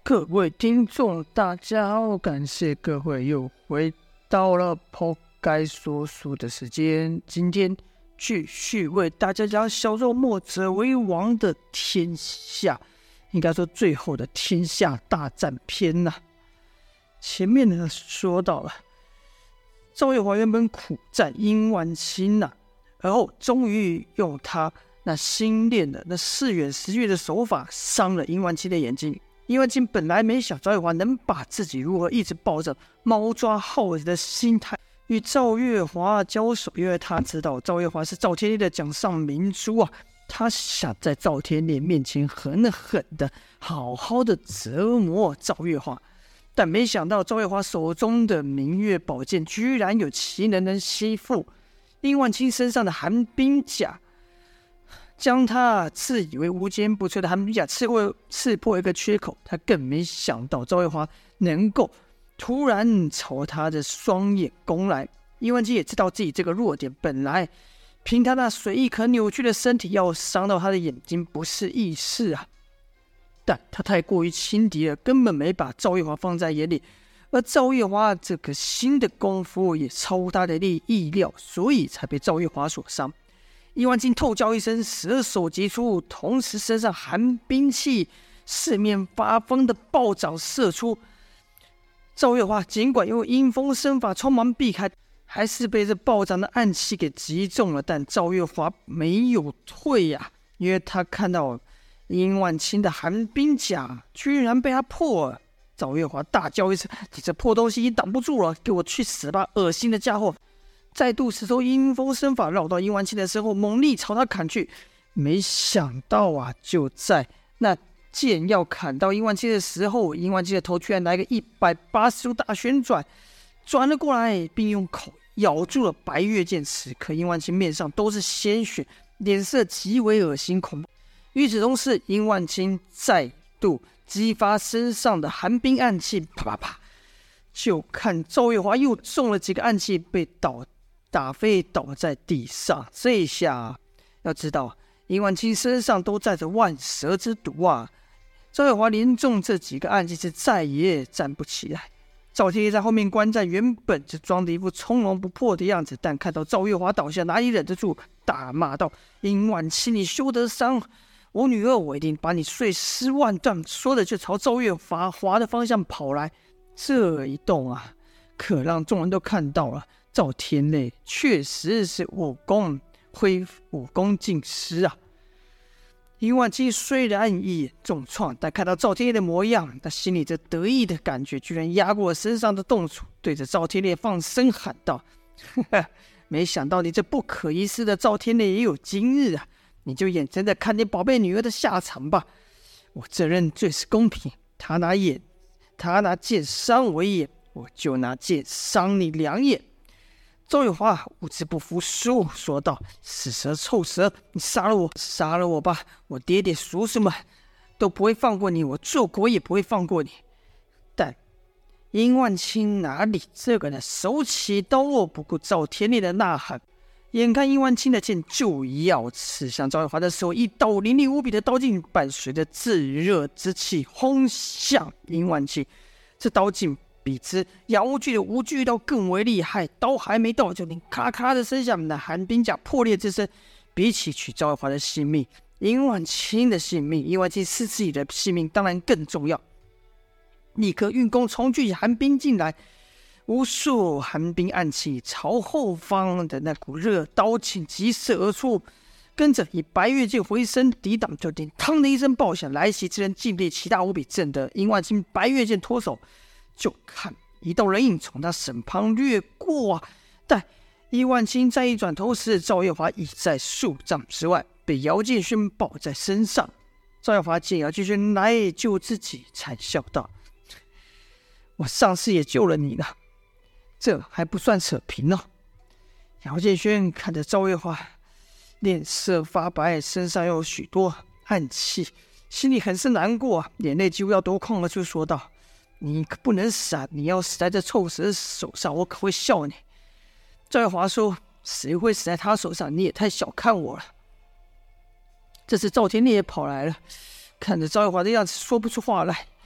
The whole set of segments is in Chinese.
各位听众大家好，感谢各位又回到了抛该说书的时间。今天继续为大家讲小肉末者为王的天下，应该说最后的天下大战篇呐。前面呢说到了赵月华原本苦战殷万青呐，而后终于用他那新练的那视远识月的手法伤了殷万青的眼睛。殷万青本来没想赵月华能把自己如何一直抱着猫抓耗子的心态与赵月华交手，因为他知道赵月华是赵天烈的掌上明珠啊，他想在赵天烈面前狠狠的好好的折磨赵月华。但没想到赵月华手中的明月宝剑居然有奇能吸附殷万青身上的寒冰甲，将他自以为无坚不摧的寒冰甲刺破一个缺口。他更没想到赵月华能够突然朝他的双眼攻来。殷万青也知道自己这个弱点，本来凭他那随意可扭曲的身体要伤到他的眼睛不是易事啊，但他太过于轻敌了，根本没把赵月华放在眼里。而赵月华这个新的功夫也超乎他的意料，所以才被赵月华所伤。殷万青透叫一声，蛇手击出，同时身上寒冰气四面八方的暴涨射出。赵月华尽管用阴风身法匆忙避开，还是被这暴涨的暗气给击中了。但赵月华没有退啊，因为他看到殷万青的寒冰甲居然被他破了。赵月华大叫一声：“你这破东西已挡不住了，给我去死吧，恶心的家伙！”再度使出阴风身法，绕到殷万青的身后，猛力朝他砍去。没想到啊，就在那剑要砍到殷万青的时候，殷万青的头居然来个180度大旋转，转了过来，并用口咬住了白月剑。此刻殷万青面上都是鲜血，脸色极为恶心恐怖。与此同时，殷万青再度激发身上的寒冰暗气，啪啪啪，就看赵月华又中了几个暗气，被打飞倒在地上。这一下要知道，殷万青身上都带着万蛇之毒啊！赵月华连中这几个暗器是再也站不起来。赵天烈在后面观战，原本就装的一副从容不迫的样子，但看到赵月华倒下，哪里忍得住，大骂道：“殷万青，你休得伤我女儿，我一定把你碎尸万段！”说着就朝赵月华的方向跑来。这一动啊，可让众人都看到了，赵天烈确实是武功尽失啊。殷万青虽然一眼重创，但看到赵天烈的模样，他心里这得意的感觉居然压过了身上的痛楚，对着赵天烈放声喊道：“呵呵，没想到你这不可一世的赵天烈也有今日啊！你就眼睁着看你宝贝女儿的下场吧！我这人最是公平，他拿剑伤我一眼，我就拿剑伤你2眼。”赵月华无知不服输，说道：“死蛇臭蛇，你杀了我吧！我爹爹叔叔们都不会放过你，我救国也不会放过你。”但殷万青哪里这个呢？手起刀落，不顾赵天烈的呐喊，眼看殷万青的剑就要刺向赵月华的时候，一道凌厉无比的刀劲伴随着炙热之气轰向殷万青。这刀劲比之杨无惧的无惧刀更为厉害，刀还没到就听咔咔的声响，那寒冰甲破裂之声，比起取赵月华的性命，殷万青的性命，殷万青自己的性命当然更重要。立刻运功重聚寒冰进来，无数寒冰暗气朝后方的那股热刀劲急射而出，跟着以白月剑回身抵挡，就听嘡的一声爆响，来袭之人劲力奇大无比，震得殷万青白月剑脱手。就看一道人影从他身旁掠过啊！但殷万青再一转头时，赵月华已在数丈之外，被姚建轩抱在身上。赵月华见姚建轩来救自己，惨笑道：“我上次也救了你了，这还不算扯平哦。”姚建轩看着赵月华脸色发白，身上又有许多暗气，心里很是难过啊，眼泪几乎要夺眶而出，说道：“你可不能死啊！你要死在这臭蛇手上，我可会笑你。”赵月华说：“谁会死在他手上？你也太小看我了。”这时赵天烈也跑来了，看着赵月华的样子，说不出话来。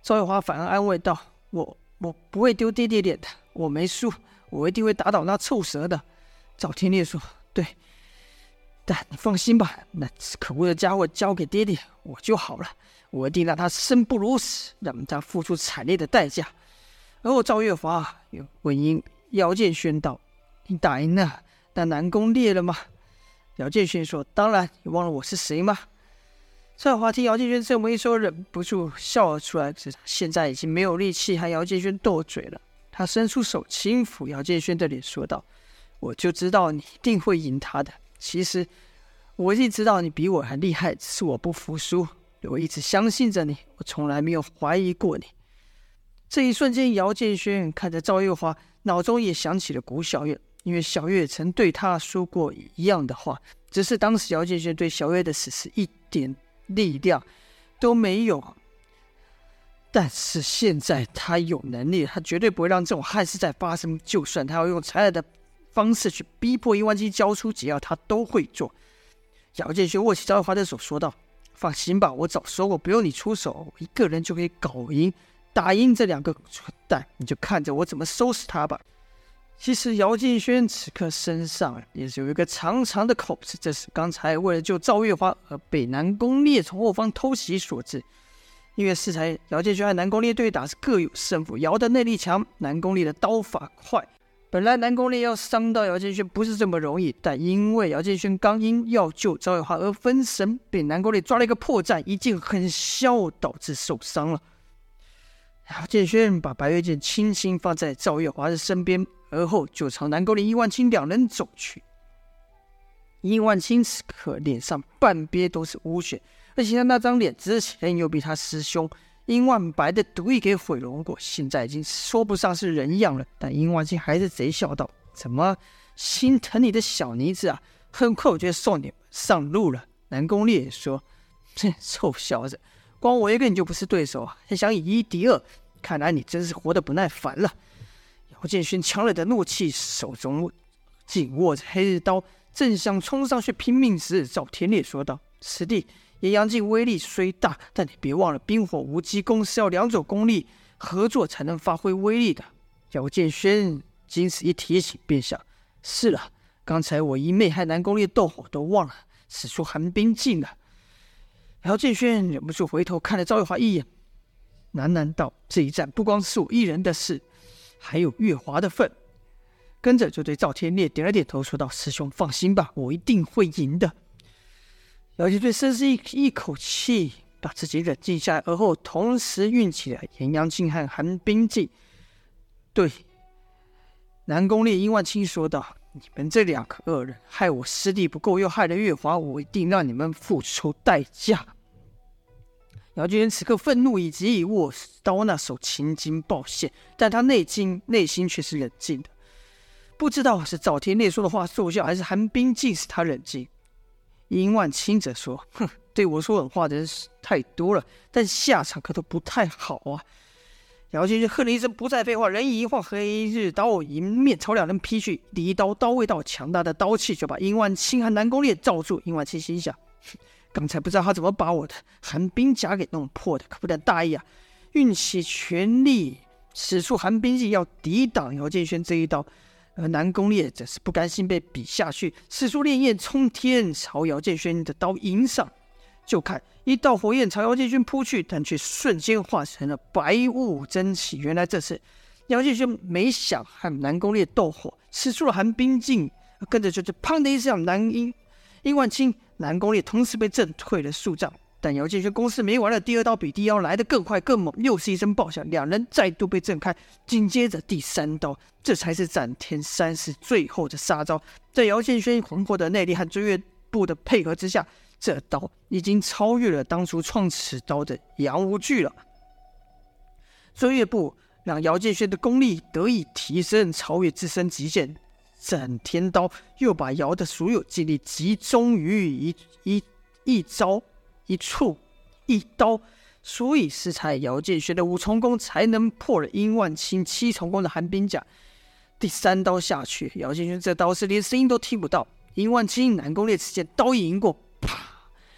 赵月华反而安慰道：“我不会丢爹爹脸的，我没输，我一定会打倒那臭蛇的。”赵天烈说：“对，但你放心吧，那可恶的家伙交给爹爹我就好了，我一定让他生不如死，让他付出惨烈的代价。”而后赵月华又问姚建轩道：“你打赢了那南宫烈了吗？”姚建轩说：“当然，你忘了我是谁吗？”赵月华听姚建轩这么一说，忍不住笑了出来。可是他现在已经没有力气和姚建轩斗嘴了。他伸出手轻抚姚建轩的脸，说道：“我就知道你一定会赢他的。其实我一直知道你比我还厉害，只是我不服输。我一直相信着你，我从来没有怀疑过你。”这一瞬间，姚建轩看着赵月华，脑中也想起了古小月，因为小月曾对他说过一样的话，只是当时姚建轩对小月的死是一点力量都没有。但是现在他有能力，他绝对不会让这种憾事再发生，就算他要用残忍的方式去逼迫殷万青交出解药，他都会做。姚建轩握起赵月华的手说道：“放心吧，我早说过不用你出手，我一个人就可以打赢这两个蠢蛋，你就看着我怎么收拾他吧。”其实姚建轩此刻身上也是有一个长长的口子，这是刚才为了救赵月华而被南宫烈从后方偷袭所致。因为适才姚建轩和南宫烈对打是各有胜负，姚的内力强，南宫烈的刀法快。本来南宫烈要伤到姚建轩不是这么容易，但因为姚建轩刚因要救赵月华而分神，被南宫烈抓了一个破绽，一记狠削导致受伤了。姚建轩把白月剑轻轻放在赵月华的身边，而后就朝南宫烈、殷万青两人走去。殷万青此刻脸上半边都是污血，而且他那张脸之前又被他师兄殷万白的毒液给毁容过，现在已经说不上是人样了。但殷万青还是贼笑道：“怎么心疼你的小妮子啊？很快我就送你们上路了。”南宫烈也说：“臭小子，光我一个你就不是对手啊，还想以一敌二，看来你真是活得不耐烦了。”姚建勋强烈的怒气，手中紧握着黑日刀，正想冲上去拼命时，赵天烈说道：“师弟，炎阳镜威力虽大，但你别忘了冰火无极功是要两种功力合作才能发挥威力的。”姚建轩经此一提醒，便想：是了，刚才我一妹和南宫烈斗火都忘了使出寒冰镜了。姚建轩忍不住回头看了赵月华一眼，喃喃道：“这一战不光是我一人的事，还有月华的份。”跟着就对赵天烈点了点头，说道：“师兄放心吧，我一定会赢的。”姚建轩深吸一口气，把自己冷静下来，而后同时运起了炎阳镜和寒冰镜，对南宫烈、殷万青说道：“你们这两个恶人，害我师弟不够，又害了月华，我一定让你们付出代价。”姚建轩此刻愤怒以及握刀那手青筋暴现，但他内心却是冷静的。不知道是赵天烈说的话奏效，还是寒冰镜使他冷静。殷万青则说：“哼，对我说狠话的人太多了，但下场可都不太好啊。”姚建轩喝了一声：“不再废话！”人影一晃，黑日刀迎面朝两人劈去。第一刀，刀味道强大的刀气就把殷万青和南宫烈罩住。殷万青心想：刚才不知道他怎么把我的寒冰甲给弄破的，可不能大意啊！运起全力使出寒冰镜，要抵挡姚建轩这一刀。而南宫烈则是不甘心被比下去，使出烈焰冲天，朝姚建轩的刀迎上。就看一道火焰朝姚建轩扑去，但却瞬间化成了白雾蒸汽。原来这次姚建轩没想和南宫烈斗火，使出了寒冰镜，跟着就是砰的一声，殷万青、南宫烈同时被震退了数丈。但姚建轩攻势没完了，第二刀比第一刀来得更快更猛，又是一声爆响，两人再度被震开。紧接着第三刀，这才是斩天30最后的杀招。在姚建轩浑厚的内力和追月步的配合之下，这刀已经超越了当初创此刀的杨无惧了。追月步让姚建轩的功力得以提升，超越自身极限。斩天刀又把姚的所有精力集中于一招一处一刀，所以是才姚建轩的5重功才能破了殷万青7重功的寒冰甲。第三刀下去，姚建轩这刀是连声音都听不到。殷万青、南宫烈此间刀影过，啪！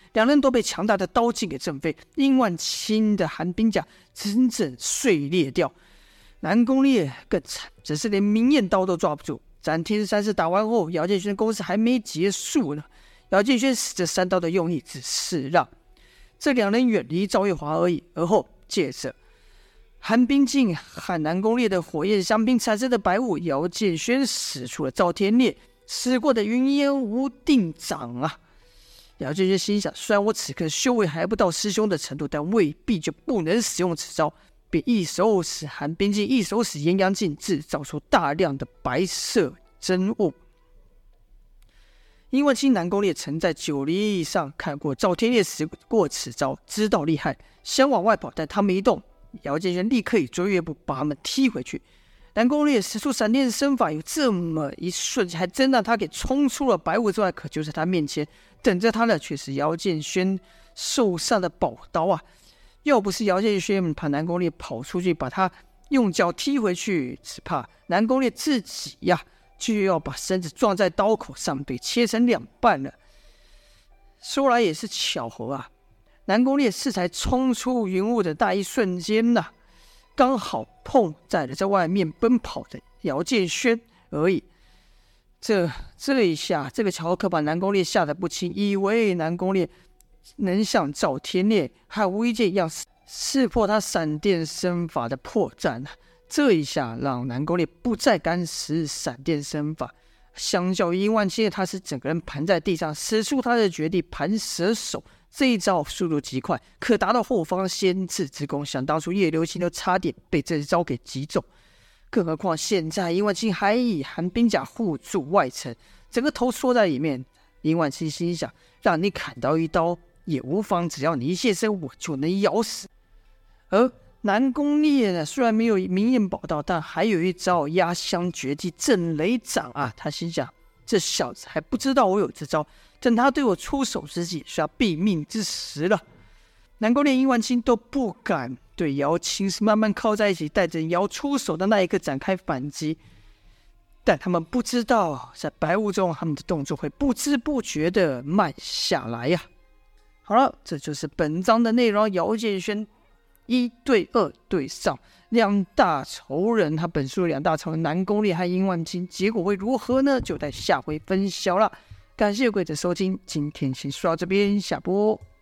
两人都被强大的刀劲给震飞，殷万青的寒冰甲整整碎裂掉。南宫烈更惨，只是连明焰刀都抓不住。斩天三式打完后，姚建轩的攻势还没结束呢。姚建轩使这3刀的用意只是让这两人远离赵月华而已，而后借着寒冰镜和南宫烈的火焰相拼产生的白雾，姚建轩使出了赵天烈使过的云烟无定掌啊！姚建轩心想，虽然我此刻修为还不到师兄的程度，但未必就不能使用此招，便一手使寒冰镜，一手使炎阳镜，制造出大量的白色真雾。殷万青、南宫烈曾在9里以上看过赵天烈使过此招，知道厉害，想往外跑，但他们一动，姚建轩立刻以追月步把他们踢回去。南宫烈使出闪电身法，有这么一瞬间，还真让他给冲出了白雾之外，可就在他面前等着他的却是姚建轩手上的宝刀啊！要不是姚建轩怕南宫烈跑出去把他用脚踢回去，只怕南宫烈自己呀就要把身子撞在刀口上，被切成2半了。说来也是巧合啊，南宫烈是才冲出云雾的那一瞬间啊，刚好碰在了在外面奔跑的姚建轩而已。这一下，这个巧合可把南宫烈吓得不轻，以为南宫烈能像赵天烈和无一剑一样识破他闪电身法的破绽啊！这一下让南宫烈不再敢使闪电身法，相较于殷万青，他是整个人盘在地上，使出他的绝地盘蛇手，这一招速度极快，可达到后方先制之功。想当初叶流星都差点被这一招给击中，更何况现在殷万青还以寒冰甲护住外层，整个头缩在里面。殷万青心想，让你砍到一刀也无妨，只要你一现身，我就能咬死。而南宫烈呢，虽然没有明焰宝刀，但还有一招压箱绝技震雷掌啊！他心想，这小子还不知道我有这招，等他对我出手之际，是要毙命之时了。南宫烈、殷万青都不敢对姚青是慢慢靠在一起，带着姚出手的那一刻展开反击，但他们不知道，在白雾中，他们的动作会不知不觉的慢下来呀。好了，这就是本章的内容。姚建轩1对2对上2大仇人，他本书的2大仇人南宫烈和殷万青，结果会如何呢？就待下回分晓了。感谢各位的收听，今天先说到这边，下播。